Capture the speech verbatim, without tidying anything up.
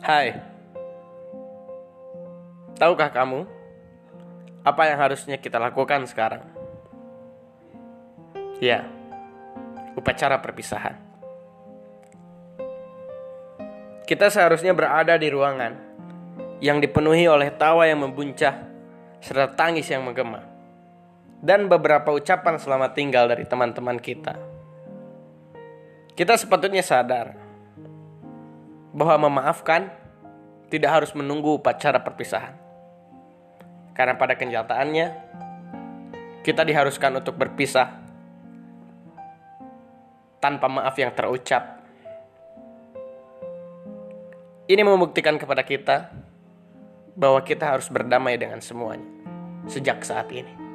Hai, tahukah kamu apa yang harusnya kita lakukan sekarang? Ya, upacara perpisahan. Kita seharusnya berada di ruangan yang dipenuhi oleh tawa yang membuncah serta tangis yang menggema, dan beberapa ucapan selamat tinggal dari teman-teman kita. Kita sepatutnya sadar bahwa memaafkan tidak harus menunggu upacara perpisahan. Karena pada kenyataannya, kita diharuskan untuk berpisah tanpa maaf yang terucap. Ini membuktikan kepada kita bahwa kita harus berdamai dengan semuanya sejak saat ini.